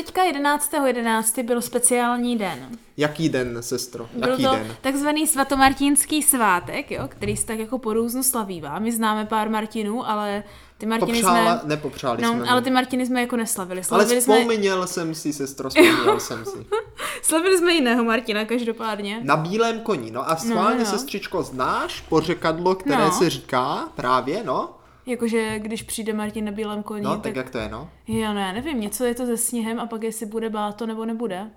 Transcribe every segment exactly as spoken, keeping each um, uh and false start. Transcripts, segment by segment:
teďka jedenáctého jedenáctého byl speciální den. Jaký den, sestro? Byl Jaký to den? takzvaný svatomartinský svátek, jo, který se tak jako po různu slavívá. My známe pár Martinů, ale ty Martiny Popřála, jsme... nepopřáli no, jsme. ale ty Martiny jsme jako neslavili. Ale Slavili vzpomněl jsme... jsem si, sestro, vzpomněl jsem si. Slavili jsme jiného Martina, každopádně. Na bílém koni, no a schválně, no. sestřičko, znáš pořekadlo, které No. se říká právě, no? Jakože když přijde Martin na bílém koni, No, tak... tak jak to je, no? Jo, no já nevím, něco je to se sněhem a pak jestli bude bláto nebo nebude.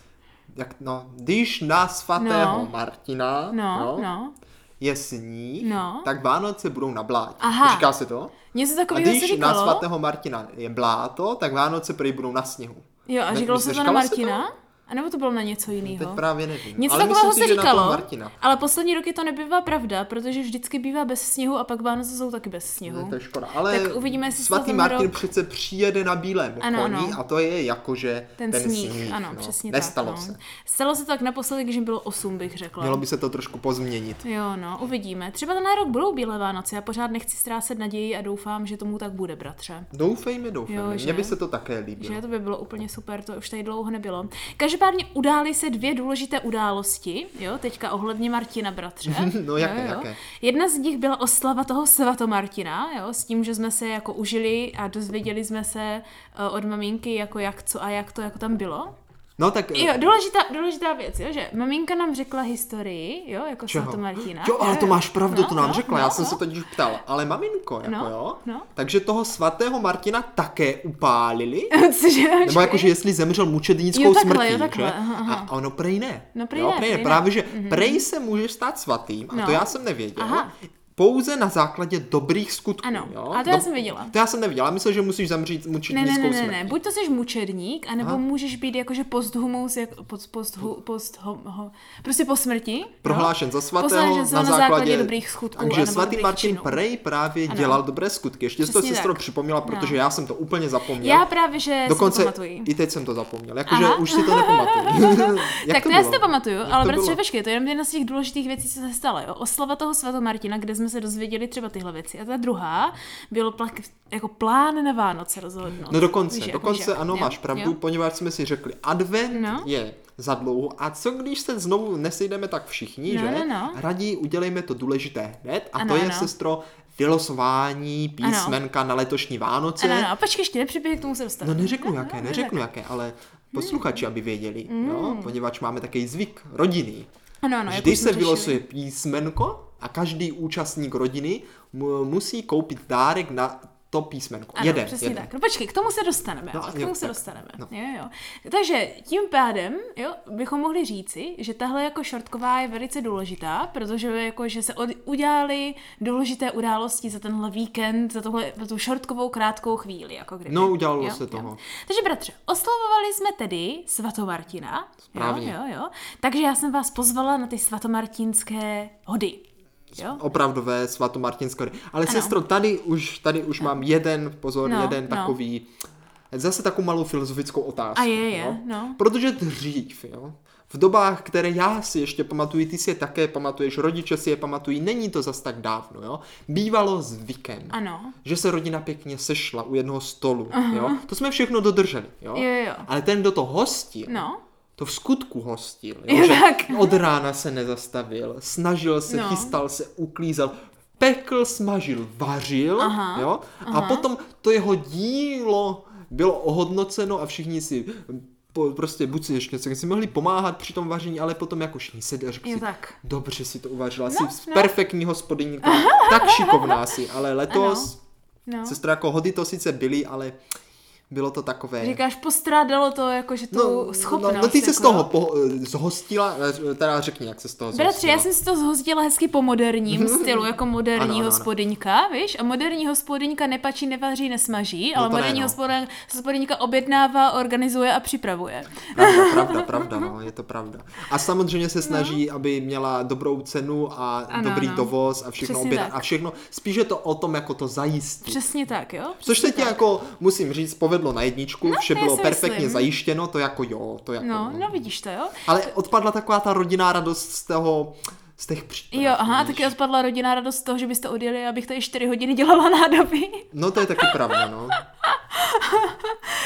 Jak, no, když na svatého No. Martina No, no, no. je sníh, No. tak Vánoce budou na blátě. Aha. Říká se to? Něco A takového se když říkalo. na svatého Martina je bláto, tak Vánoce prý budou na sněhu. Jo, a Ne- říkalo se to na říkalo se Martina? A nebo to bylo na něco Teď jiného? právě nevím. Něco ale takového myslím se si, že na toho říkalo, Martina. ale poslední roky to nebývá pravda, protože vždycky bývá bez sněhu a pak Vánoce jsou taky bez Ne, sněhu. to je škoda. Ale Tak uvidíme, jestli se svatý ten Martin rok- přece přijede na bílém Ano, koni ano. a to je jakože Ten, ten sníh, sníh. ano, no. přesně Nestalo tak. se. No. Stalo se to tak naposledy, když jim bylo osm, bych řekla. Mělo by se to trošku pozměnit. Jo, no, uvidíme. Třeba ten rok budou bílé Vánoce, já pořád nechci ztrácet naději a doufám, že tomu tak bude, bratře. Doufejme, doufejme. Jo, že? Mně by se to také líbilo. Že to by bylo úplně super, to už tady dlouho nebylo. Každopádně udály se dvě důležité události, jo, teďka ohledně Martina, bratře. No, jaké, jo, jo. jaké? Jedna z nich byla oslava toho svatomartina, jo, s tím, že jsme se jako užili a dozvěděli jsme se uh, od maminky, jako jak co a jak to jako tam bylo. No tak... Jo, důležitá, důležitá věc, jo, že maminka nám řekla historii, jo, jako Čeho? svatomartina. Jo, ale to máš pravdu, no, to nám no, řekla, no, já jsem no. se totiž ptal, ale maminko, jako No, jo? no. Takže toho svatého Martina také upálili? Cože, Nebo počkej. jakože jestli zemřel mučednickou Jo, takhle, smrtí, jo, takhle, že? aha, aha. A ono prej ne. No, prej jo, ne, prej prej ne. Právě, že Mhm. prej se může stát svatým, a No. to já jsem nevěděl. Aha. Pouze na základě dobrých skutků. Ano, jo? a to já jsem věděla. To já jsem nevěděla, myslím, že musíš zemřít Ne, ne, mučednickou ne, ne, smrtí. ne, buď to jsi mučedník, anebo Aha. můžeš být jakože posthumus, jak, post, post, post, ho, ho, prostě po smrti. Prohlášen za svatého Prohlášen za na, na základě, základě dobrých skutků Takže anebo svatý dobrých Martin činů. prej právě Ano. dělal dobré skutky. Ještě jsi to Přesně sestro tak. připomněla, protože No. já jsem to úplně zapomněl. Já právě, že Dokonce si to pamatuji. i teď jsem to zapomněl, jakože Aha. už si to nepamatuju. Jak Tak to, to já bylo? si to pamatuju, Jak ale to bratře, bylo? počkej, to je jenom jedna z těch důležitých věcí, co se stalo. Jo? Oslava toho svatomartina, kde jsme se dozvěděli třeba tyhle věci. A ta druhá bylo plak, jako plán na Vánoce rozhodnout. No dokonce, Víš jak, dokonce víš jak, ano, jo? máš pravdu, Jo? poněvadž jsme si řekli, advent No. je za dlouho a co když se znovu nesejdeme tak všichni, No, že? no, no. Raději udělejme to důležité hned a Ano, to je, ano. sestro, vylosování písmenka na letošní Vánoce. Ano, ano, počkej, ještě nepřiběh, k tomu se No dostaneme. neřeknu jaké, neřeknu jaké, ale posluchači, aby věděli, jo? Poněvadž máme takový zvyk rodinný. Ano, ano, jak Vždy už jsme se řešili. vylosuje písmenko a každý účastník rodiny mu, musí koupit dárek na to písmenko. Ano, jeden, přesně jeden. tak. No počkej, k tomu se dostaneme. No, No, k jo, tomu se tak, dostaneme. no. Jo, jo. Takže tím pádem, jo, bychom mohli říci, že tahle jako šortková je velice důležitá, protože jako, že se od, udělali důležité události za tenhle víkend, za, tohle, za tu šortkovou krátkou chvíli. Jako kdyby. No, udělalo Jo, se jo. toho. Takže bratře, oslavovali jsme tedy svatomartina. Správně. Jo, jo, jo. Takže já jsem vás pozvala na ty svatomartinské hody. Jo? Opravdové svatomartinské. Ale sestro, tady už, tady už mám jeden, pozor, No, jeden no. takový, zase takovou malou filozofickou otázku. A je, je, jo? no. Protože dřív, jo, v dobách, které já si ještě pamatuju, ty si je také pamatuješ, rodiče si je pamatují, není to zas tak dávno, jo, bývalo zvykem, Ano. že se rodina pěkně sešla u jednoho stolu, jo, to jsme všechno dodrželi, jo, Jo, jo. ale ten, kdo to hostil, No. to v skutku hostil, jo, Jo, že tak. od rána se nezastavil, snažil se, No. chystal se, uklízel, pekl, smažil, vařil, Aha, jo, a potom to jeho dílo bylo ohodnoceno a všichni si po, prostě buď si ještě si mohli pomáhat při tom vaření, ale potom jako všichni sedí a řekli Jo, si, tak. dobře si to uvařila, No, jsi no. perfektní hospodyňka, tak šikovná si, ale letos, No. sestra, jako hody to sice byly, ale bylo to takové... Říkáš, postrádalo to jakože tu No, schopnost. no, no ty se jako, z toho jo? po, zhostila, teda řekni, jak se z toho Bratře, zhostila. já jsem si to zhostila hezky po moderním stylu, jako moderní Ano, ano, ano. hospodyňka, víš? A moderní hospodyňka nepačí, nevaří, nesmaží, ale to ne, moderní no. hospodyňka, hospodyňka objednává, organizuje a připravuje. Pravda, pravda, pravda, no, je to pravda. A samozřejmě se snaží, no. aby měla dobrou cenu a Ano, dobrý ano. dovoz a všechno Přesně objednat tak. a všechno. Spíš je to o tom, jako to zajistit. Přesně tak, jo? Což se Přesně ti tak. jako, musím říct, povedlo na jedničku, No, vše to bylo si perfektně myslím. zajištěno, to jako jo, to jako No, jo. no vidíš to, jo? Ale odpadla taková ta rodinná radost z toho, z těch příprav. Jo, aha, víš. taky odpadla rodinná radost z toho, že byste odjeli, abych tady čtyři hodiny dělala nádoby. No to je taky pravda, no.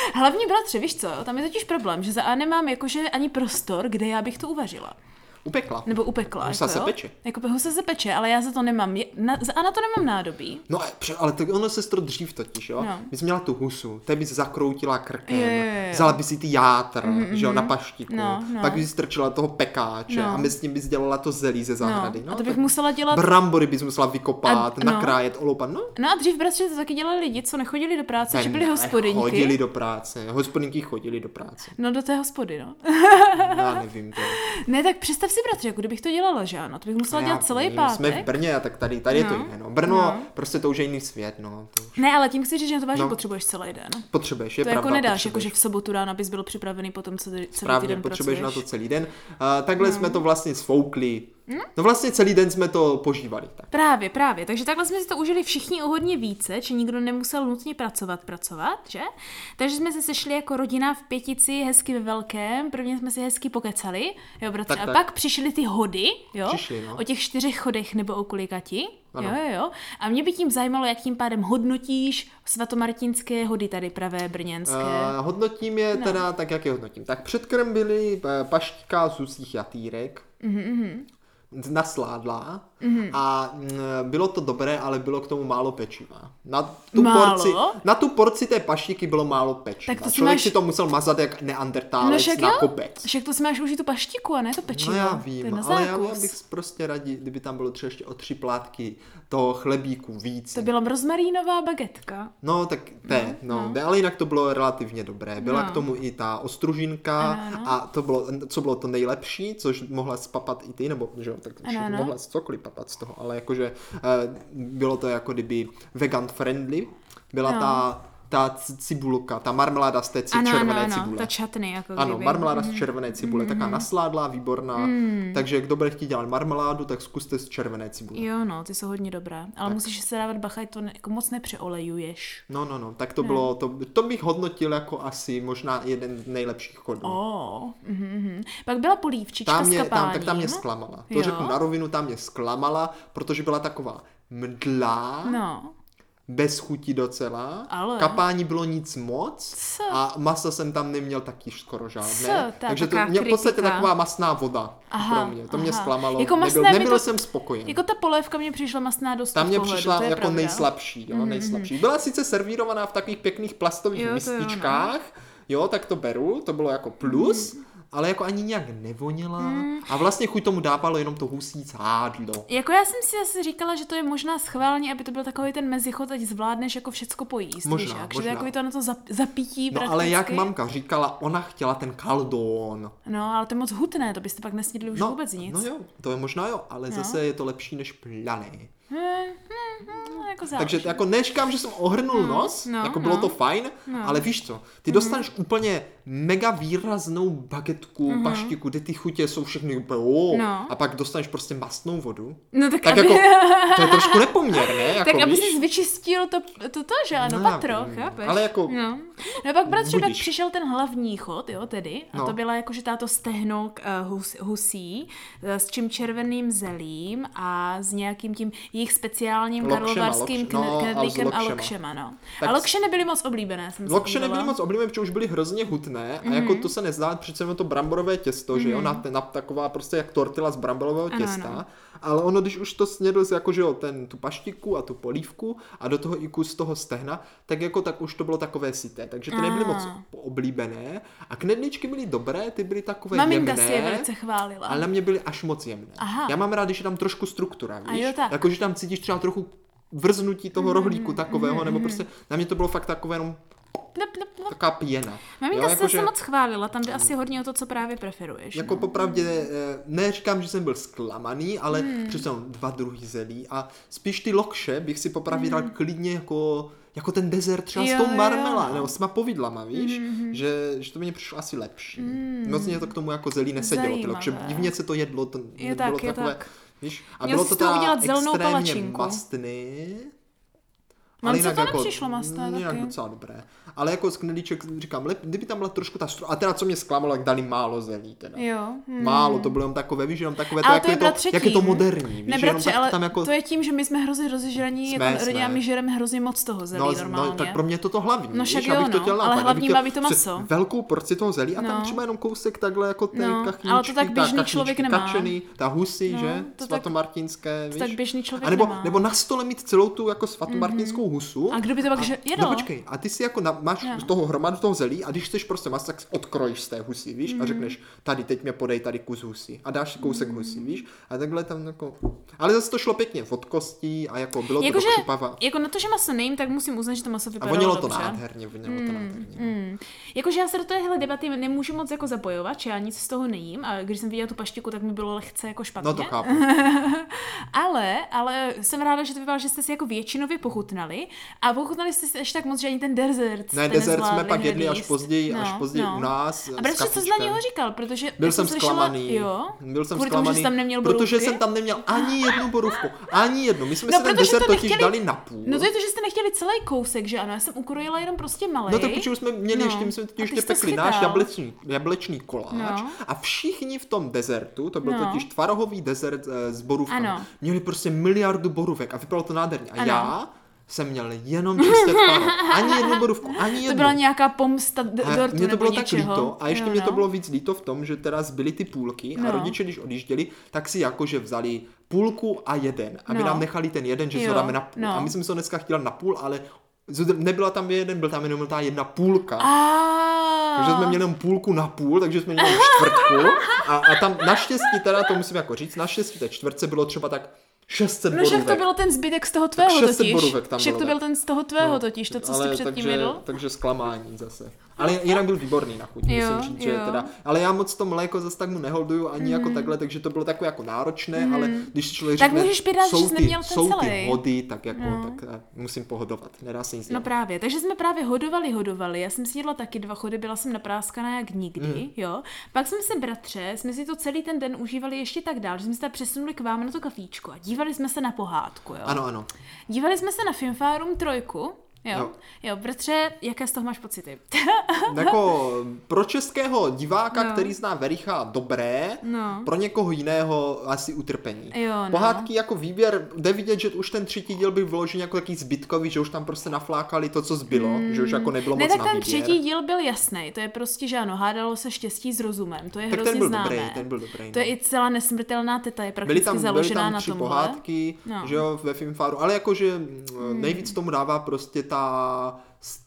Hlavně bratře, víš co, tam je totiž problém, že za A nemám jakože ani prostor, kde já bych to uvařila. Upekla. Nebo upekla. Husa jako se jo? peče. Jako husa se peče, ale já za to nemám. Je, na, za A na to nemám nádobí. No ale to, ono se to dřív totiž, jo? No. Bys měla tu husu, té bys zakroutila krkem, Jo, jo, jo. vzala bys si ty játr, Mm-hmm. že jo, na paštiku, No, no. pak bys strčila toho pekáče No. a mezi tím bys dělala to zelí ze zahrady. No. No, A to bych tak musela dělat... Brambory bys musela vykopat, A- no. nakrájet, oloupat, no. No a dřív, bratře, to taky dělali lidi, co nechodili do práce, že byli Ne, hospodyňky. Chodili do práce, hospodinky chodili do práce. No do té hospody, no. Já nevím to. Ne, tak představ si, bratře, jako kdybych to dělala, že ano, to bych musela Já dělat celý vím, pátek. Jsme v Brně a tak tady, tady je to No. jiné, no. Brno, No. prostě to už je jiný svět, no. To už Ne, ale tím chci říct, že na to vážně No. potřebuješ celý den. potřebuješ, je To pravda. jako nedáš, potřebuješ. jako že v sobotu ráno bys byl připravený potom celý, celý Správně, týden potřebuješ pracuješ. na to celý den. Uh, takhle jsme to vlastně sfoukli. No vlastně celý den jsme to požívali. Tak. Právě, právě. Takže takhle jsme si to užili všichni o hodně více, či nikdo nemusel nutně pracovat, pracovat, že? Takže jsme se sešli jako rodina v pětici, hezky ve velkém. Prvně jsme si hezky pokecali, jo, bratře. Tak, A tak. pak přišly ty hody, jo? Přišly, no. O těch čtyřech chodech nebo o kolikati. Ano. Jo, jo, jo. A mě by tím zajímalo, jak tím pádem hodnotíš svatomartinské hody tady pravé brněnské. Uh, hodnotím je No. teda tak, jak je hodnotím. Tak předkrm byly eh, paštika z husích jatýrek. Mm-hmm. Nasládla Mhm. a mm, bylo to dobré, ale bylo k tomu málo pečiva. Na tu, Málo? porci, na tu porci té paštiky bylo málo pečiva. Tak to si Člověk máš- si to musel mazat jak neandertálec však na jo. kopec. Však to si máš užít tu paštiku a ne to pečivo. No já To je vím, na ale já, zákus. já bych prostě radí, kdyby tam bylo třeba ještě o tři plátky toho chlebíku víc. To byla rozmarínová bagetka. No, tak té, no, no. no. ale jinak to bylo relativně dobré. Byla No. k tomu i ta ostružinka Ano, ano. a to bylo, co bylo to nejlepší, což mohla spapat i ty, nebo že jo, tak Ano, ano. mohla cokoliv papat z toho, ale jakože eh, bylo to jako kdyby vegan friendly. Byla No. ta ta c- cibulka, ta marmeláda z té ci- Ano, červené ano, ano, cibule. ta čatny, jako Ano, kdyby. marmeláda z červené cibule, mm. taká nasládlá, výborná. Mm. Takže kdo bude chtít dělat marmeládu, tak zkuste z červené cibule. Jo, no, ty jsou hodně dobré. Ale Tak. musíš se dávat bacha, ať to ne, jako moc nepřeolejuješ. No, no, no, tak to bylo, to, to bych hodnotil jako asi možná jeden z nejlepších chodů. Oh, mhm. Pak byla polívčička Tam s mě, kapáním. tam, tak tam mě zklamala. To Jo. řeknu na rovinu, tam mě zklamala, protože byla taková mdlá, No. bez chuti docela, Ale. kapání bylo nic moc Co? a masa jsem tam neměl taky skoro žádné. Co? Ta Takže to taková mě v podstatě kritika. taková masná voda Aha, pro mě. To mě aha. zklamalo. Jako masné nebyl mi nebyl to- jsem spokojen. Jako ta polévka mě přišla masná dost Tam v mě pohledu, přišla to je jako pravda. nejslabší, jo, nejslabší. Byla sice servírovaná v takových pěkných plastových Jo, to jo, no. mističkách, jo, tak to beru, to bylo jako plus, ale jako ani nějak nevonila a vlastně chuť tomu dávalo jenom to husí cádlo. Jako já jsem si asi říkala, že to je možná schválně, aby to byl takový ten mezichod, ať zvládneš jako všecko pojíst. Možná, víš, jak? Že to možná. je takový to na to zap, zapítí No prakticky. ale jak mamka říkala, ona chtěla ten kaldón. No, ale to je moc hutné, to byste pak nesnědli už No, vůbec nic. no jo, to je možná jo, ale No. zase je to lepší než plané. Hmm, hmm, hmm, no, jako záleží. Takže jako neříkám, že jsem ohrnul No, nos, no, jako bylo no. to fajn, No. ale víš co, ty dostaneš úplně mega výraznou bagetku, paštiku, kde ty chutě jsou všechny úplně oh, No. a pak dostaneš prostě mastnou vodu. No tak, Tak aby, jako, to je trošku nepoměrné, jako tak aby víš. jsi vyčistil to, to, to že ano, No, já patro, vím, chápeš? ale jako- No, no pak bratře, pak Budiš. přišel ten hlavní chod, jo, tedy, a No. to byla jakože táto stehno uh, hus, husí, uh, s čím červeným zelím a s nějakým tím jejich speciálním Lokšema, karlovarským lokš- no, kn- knedlíkem a s a lokšema. lokšema, no. Tak a lokše nebyly moc oblíbené, jsem se Lokše dívala. nebyly moc oblíbené, protože už byly hrozně hutné a jako to se nezdá, přece jenom to bramborové těsto, že jo, na, na taková prostě jak tortila z bramborového Ano, těsta, ano. ale ono, když už to snědl jako, že jo, ten, tu paštiku a tu polívku a do toho i kus toho stehna, tak jako tak už to bylo takové syté, takže ty nebyly Ah. moc oblíbené a knedličky byly dobré, ty byly takové Maminka jemné, si je velice chválila. ale na mě byly až moc jemné. Aha. Já mám rád, když je tam trošku struktura, víš, jo, tak. jako, že tam cítíš třeba trochu vrznutí toho rohlíku takového, nebo prostě na mě to bylo fakt takové jenom Plep, plep, plep. taková pěna. Maminka Jo, se jako, zase že- moc chválila, tam jde asi hodně o to, co právě preferuješ. Jako no. popravdě, eh, neříkám, že jsem byl zklamaný, ale Hmm. přece jenom dva druhy zelí a spíš ty lokše bych si popravdě dal klidně jako, jako ten dezert třeba Hmm. Jo, s tou jo, marmelá, jo. nebo s mapovidlama, víš, Mhm. že, že to mě přišlo asi lepší. Moc mě to k tomu jako zelí nesedělo, ty Zajímavé. lokše, divně se to jedlo, to Je bylo tak, je takové, tak. víš, a Měl bylo jsi to z toho teda udělat zelenou extrémně palačinku. mastný. Mám jinak to jako, nepřišlo masné nějak taky. docela dobré. Ale jako z knedlíček říkám, lep, kdyby tam byla trošku ta stru... A teda co mě zklamalo, jak dali málo zelí teda. Jo. Hmm. Málo, to bylo jenom takové, víš, jenom takové, Ale to, to jak, je je to, jak je to moderní. Víš, Ne, jenom bratře, tak ale tam jako... to je tím, že my jsme hrozně rozžraní, Jsme, jako rodina, jsme. my žereme hrozně moc toho zelí No, normálně. no, tak pro mě to to hlavní, No víš, však jo, abych to no, chtěl ale napadnout, hlavní abych baví to chtěl maso. Velkou porci toho zelí a tam No. třeba jenom kousek takhle jako té No, kachničky, ale to tak běžný člověk nemá. kačeny, ta husy, No, že, to tak- svatomartinské, To tak víš. běžný člověk A nebo, nemá. nebo na stole mít celou tu jako svatomartinskou husu. A kdo by to pak že- jedl? No počkej, a ty si jako na, máš No. z toho hromadu toho zelí a když chceš prostě maso, tak odkrojíš z té husy, víš, Mhm. a řekneš, tady teď mě podej tady kus husy a dáš si kousek husy, víš, a takhle tam jako, ale zase to šlo pěkně od kostí a jako bylo to Jakože, dokřupava. jako na to, že maso nejím, tak musím uznat, že to maso A vypadalo vonilo to dobře. nádherně, vonilo to nádherně. no. Mm. Jakože já se do téhle debaty nemůžu moc jako zapojovat, že já nic z toho nejím a když jsem viděla tu paštiku, tak mi bylo lehce jako špatně. No to chápu. ale, ale jsem ráda, že to vypadalo, že jste si jako většinově pochutnali a pochutnali jste si až tak moc, že ani ten dessert Ne, jste dessert jsme nezvládli pak jedli až jíst. později, až později u nás. A bratře, co jsi na něho říkal? Protože Byl já jsem slyšela, zklamaný. Jo? Byl jsem Kvůli tomu, že zklamaný, jsi tam neměl protože borůvky? jsem tam neměl ani jednu borůvku. Ani jednu. My jsme No, si ten protože desert jste totiž nechtěli- dali na půl. No to je to, že jste nechtěli celý kousek, že ano? Já jsem ukrojila jenom prostě malý. No tak protože už jsme měli No. ještě, my jsme A totiž ty ještě jsi to pekli schytal. náš jablečný, jablečný koláč No. a všichni v tom desertu, to byl No. totiž tvarohový desert eh, s borůvkami, Ano. měli prostě miliardu borůvek a vypadalo to nádherně. A Ano. já jsem měl jenom čisté tvaro. Ani jednu borůvku, ani jednu. To byla nějaká pomsta d- A dortu mně to nebo bylo něčeho. tak líto a ještě Jo, mě to no. bylo víc líto v tom, že teda zbyly ty půlky No. a rodiče, když odjížděli, tak si jakože vzali půlku a jeden, aby No. nám nechali ten jeden, že si Jo, ho dáme na půl. no. A my jsme se ho dneska chtěli na půl, ale z- nebyla tam jeden, byl tam jenom ta jedna půlka. A Takže jsme měli jenom půlku na půl, takže jsme měli čtvrtku a, a tam naštěstí teda, to musím jako říct, naštěstí té čtvrtce bylo třeba tak šest set No borůvek. však to bylo ten zbytek z toho tvého šest set totiž. borůvek tam Však bylo, to byl tak. ten z toho tvého No, totiž, to, co jsi ale předtím takže, jedl. takže zklamání zase. Ale jinak byl výborný na chuť, Jo, musím říct, že jo. teda. Ale já moc to mléko zase tak mu neholduju ani mm. jako takhle, takže to bylo takové jako náročné, mm. ale když člověk Tak řekne, můžeš být rád, že jsou, jsi ty, neměl ten jsou ty celý. hody, tak jako, No. tak eh, musím pohodovat, nedá se nic No dělat. právě, takže jsme právě hodovali, hodovali. Já jsem si jedla taky dva chody, byla jsem napráskaná jak nikdy, Mhm. jo. Pak jsme se, bratře, jsme si to celý ten den užívali ještě tak dál, že jsme se tam přesunuli k vám na to kafíčko a dívali jsme se na pohádku, jo. Ano, ano. Dívali jsme se na Filmfárum trojku, jo. Jo. Jo, jo bratře, jaké z toho máš pocity? Jako pro českého diváka, No. který zná Vericha, dobré, No. pro někoho jiného asi utrpení. Jo, no. Pohádky jako výběr, jde vidět, že už ten třetí díl byl vyložený jako takový zbytkový, že už tam prostě naflákali to, co zbylo, mm. že už jako nebylo Ne, moc tak na ten výběr. třetí díl byl jasný, to je prostě, že ano, hádalo se štěstí s rozumem, to je Tak hrozně ten byl známé. dobrý, ten byl dobrý. To je no. i celá nesmrtelná teta, je Byly prakticky tam, byly založená tam na tři tomhle. pohádky, No. že jo, ve Filmfáru, ale jakože hmm. nejvíc tomu dává prostě ta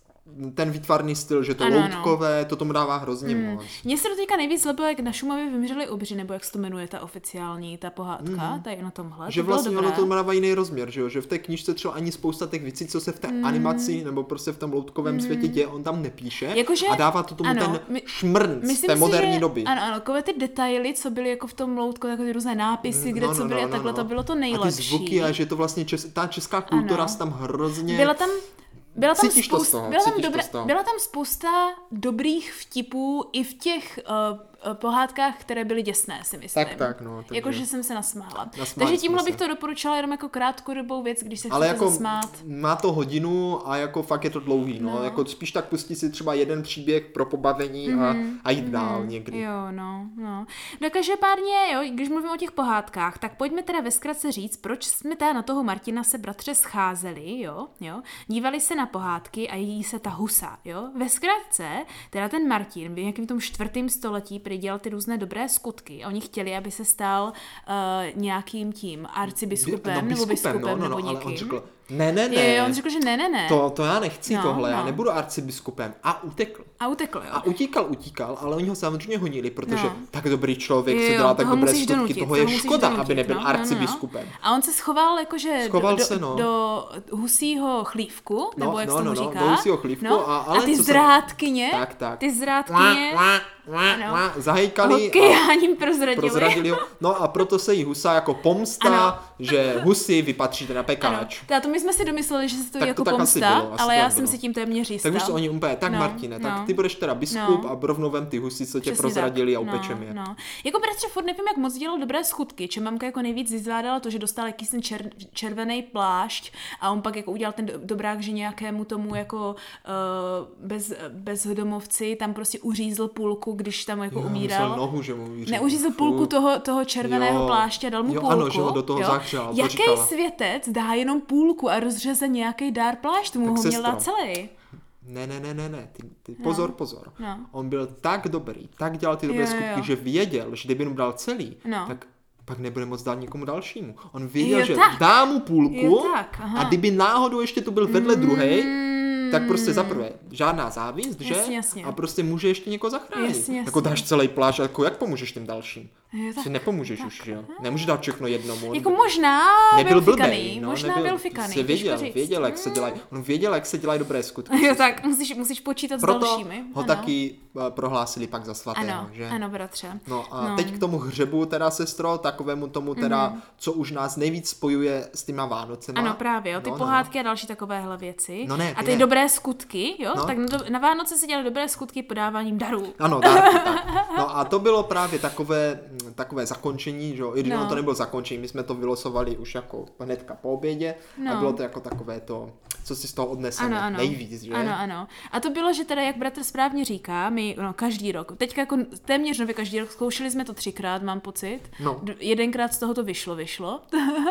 ten výtvarný styl, že to Ano, loutkové, to tomu dává hrozně Hmm. moc. Mně se dotýká nejvíc líbilo, jak na Šumavě vymřeli obři, nebo jak se to jmenuje ta oficiální, ta pohádka, mm. tady na tomhle. Že to bylo vlastně dobré. ono to dává jiný rozměr, že jo? Že v té knižce třeba ani spousta těch věcí, co se v té mm. animaci nebo prostě v tom loutkovém mm. světě děje, on tam nepíše Jakože, a dává to tomu ano, ten my, šmrnc myslím té si, moderní že, doby. Ano, ano, takové ty detaily, co byly jako v tom loutku, takové ty různé nápisy, kde No, co no, byly no, a takhle, no, to no. bylo to A nejlepší. ty zvuky a že to vlastně čes, ta česká kultura Ano. se tam hrozně... Byla tam Byla tam, Cítíš to z spousta, toho, byla, tam cítíš to dobré, z toho. byla tam spousta dobrých vtipů i v těch uh, pohádkách, které byly děsné, si myslím. Tak, tak, no, takže- Jakože jsem se nasmála. Nasmáli Takže jsme tímhle se. bych to doporučila jenom jako krátkodobou věc, když se Ale chcete jako zasmát. má to hodinu a jako fakt je to dlouhý, no. No. Jako spíš tak pustí si třeba jeden příběh pro pobavení a, a jít dál někdy. Jo, no, no. No každopádně, jo, když mluvím o těch pohádkách, tak pojďme teda ve zkratce říct, proč jsme teda na toho Martina se bratře scházeli, jo, jo. Dívali se na pohádky a jí se ta husa, jo. Ve zkratce, teda ten Martin v nějakým tom čtvrtém století přidělal ty různé dobré skutky a oni chtěli, aby se stal uh, nějakým tím arcibiskupem no, nebo biskupem, biskupem no, no, nebo no, ale někým. on řekl, ne, ne, ne. Je, jo, on řekl, že ne, ne, ne. To, to já nechci No, tohle, no. já nebudu arcibiskupem. A utekl. A utekl, jo. A utíkal, utíkal, ale oni ho samozřejmě honili, protože No. tak dobrý člověk, co Jo, dělá tak toho dobré musíš skutky, donutit, toho je toho musíš škoda, donutit, aby nebyl no, no, no, no. arcibiskupem. A on se schoval jakože Schoval do, se, no. do husího chlívku, No, nebo jak no, se tomu no, no, říká. do husího chlívku, no, a- ale a ty co se- zrádkyně, Tak, tak. ty zrádkyně, ano. Zahejkali a Kyjáním prozradili. prozradili ho. No a proto se jí husa jako pomsta, Ano. že husy vypatříte na pekáč. Ano, já to myslím, my jsme si domysleli, že se to Tak je to jako tak asi pomsta, bylo, asi ale to já tak jsem bylo. si tím téměř jistá. Tak už jsou oni úplně, tak No, Martine, tak no. ty budeš teda biskup No. a rovnou vem ty husy, co tě Přesně prozradili tak. a upečem je. No, no. Jako bratře, furt nevím, jak moc dělal dobré skutky, že mamka jako nejvíc vyzvládala to, že dostal jakýsi ten čer, červený plášť a on pak jako udělal ten do- dobrák, že nějakému tomu jako uh, bez, bezdomovci tam prostě uřízl půlku, když tam jako Jo, umíral. musel nohu, že mu uřízl. Neuřízl Fů. půlku toho, toho červeného Jo. pláště a dal mu Jo, půlku. ano, že ho do toho jo? zahřál, to Jaký říkala. světec dá jenom půlku a rozřeze nějaký dár plášť, tomu Tak ho měl sestro. dát celý. Ne, ne, ne, ne, ne, ty, ty, pozor, pozor. No. On byl tak dobrý, tak dělal ty dobré Jo, jo, skutky, jo. že věděl, že kdyby mu dal celý, No. tak pak nebude moc dát někomu dalšímu. On věděl, Jo, že tak. dá mu půlku Jo, tak, aha. a kdyby náhodou ještě tu byl vedle Mm. druhej, tak prostě za prvé žádná závist, že? Jasně, jasně. A prostě může ještě někoho zachránit. Jasně, jasně. Jako dáš celý plášť, jako jak pomůžeš těm dalším? Jo, tak, Si nepomůžeš tak. už, že jo? Nemůžeš dát všechno jednomu. On Jako by- možná nebyl byl blbej, fikaný, no, možná nebyl, byl fikaný. prostě věděl, těžko říct. věděl, jak se dělají, on věděl, jak se dělají dobré skutky. Jo, tak musíš, musíš počítat Proto s dalšími. ho ano. taky uh, prohlásili pak za svatého, Ano, že? ano, bratře. No a No. teď k tomu hřebu teda, sestro, takovému tomu teda, mm. co už nás nejvíc spojuje s těma Vánocema. Ano, právě, jo, ty no, pohádky a další takovéhle věci. No ne, a ty ty ne. dobré skutky, jo, No. tak na, do, na Vánoce se dělaly dobré skutky podáváním darů. Ano, dárky, tak. No a to bylo právě takové, mm, takové zakončení, že jo, i když No. ono to nebylo zakončení, my jsme to vylosovali už jako hnedka po obědě No. a bylo to jako takové to, co si z toho odneseme Ano, ano. nejvíc, že? Ano, ano. A to bylo, že teda, jak bratr správně říká, my no, každý rok, teďka jako téměř nově každý rok, zkoušeli jsme to třikrát, mám pocit. No. D- jedenkrát z toho to vyšlo, vyšlo.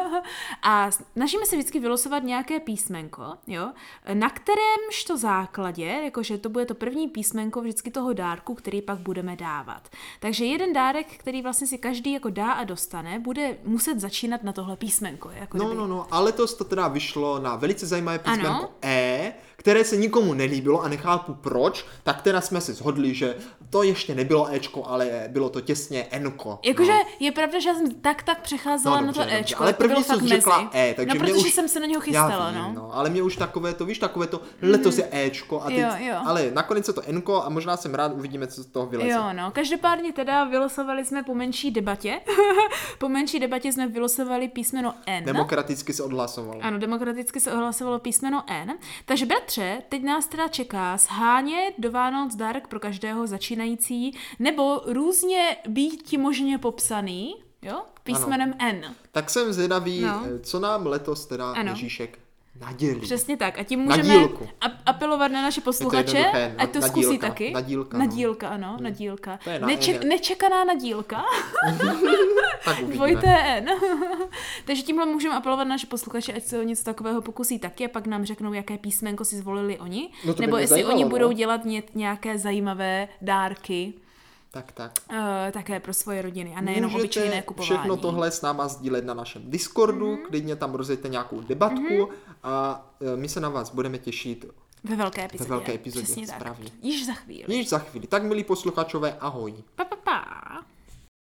A snažíme se vždycky vylosovat nějaké písmenko, jo, na kterémž to základě, jakože to bude to první písmenko vždycky toho dárku, který pak budeme dávat. Takže jeden dárek, který vlastně si každý jako dá a dostane, bude muset začínat na tohle písmenko. Jako No, kdyby. no, no, a letos to teda vyšlo na velice zajímavé písmenko Ano. E, které se nikomu nelíbilo a nechápu proč, tak teda jsme se shodli, že to ještě nebylo Ečko, ale bylo to těsně Nko. Jakože no. je pravda, že já jsem tak tak přecházela No, na to dobře, dobře. Ečko, Ale to bylo první fakt jsi řekla mezi. E, takže no, mě protože už- jsem se na něho chystala, Já vím, no. no. Ale mě už takové to, víš, takové to, letos je Ečko a teď, Jo, jo. ale nakonec je to Nko a možná jsem rád, uvidíme, co z toho vyleze. Jo, no, každopádně teda vylosovali jsme po menší debatě, po menší debatě jsme vylosovali písmeno N. Demokraticky se odhlasoval. Ano, demokraticky se ohlasovalo písmeno N. Takže bratře, teď nás teda čeká shánět do Vánoc dárek pro každého začínající, nebo různě být ti možně popsaný, jo, písmenem N. Tak jsem zvědavý, No. co nám letos teda Ano. Ježíšek nadělí. Přesně tak. A tím Na můžeme dílku. a- apelovat na naše posluchače, jednoduché, na- ať to na zkusí dílka, taky. na dílka, no. Nadílka, ano, nadílka. To je na Neče- N. nečekaná nadílka. Tak uvidíme. Dvojité N. Takže tímhle můžeme apelovat na naše posluchače, ať se o něco takového pokusí taky a pak nám řeknou, jaké písmenko si zvolili oni. No to by nebo mě jestli zajímalo, oni no. budou dělat ně- nějaké zajímavé dárky Tak, tak. uh, také pro svoje rodiny a nejenom obyčejné kupování. všechno tohle s náma sdílet na našem Discordu, mm-hmm. klidně tam rozjeďte nějakou debatku mm-hmm. a e, my se na vás budeme těšit Ve velké epizodě. ve velké epizodě. Přesně tak. Správně. Již za chvíli. Již za chvíli. Tak milí posluchačové, ahoj. Pa, pa,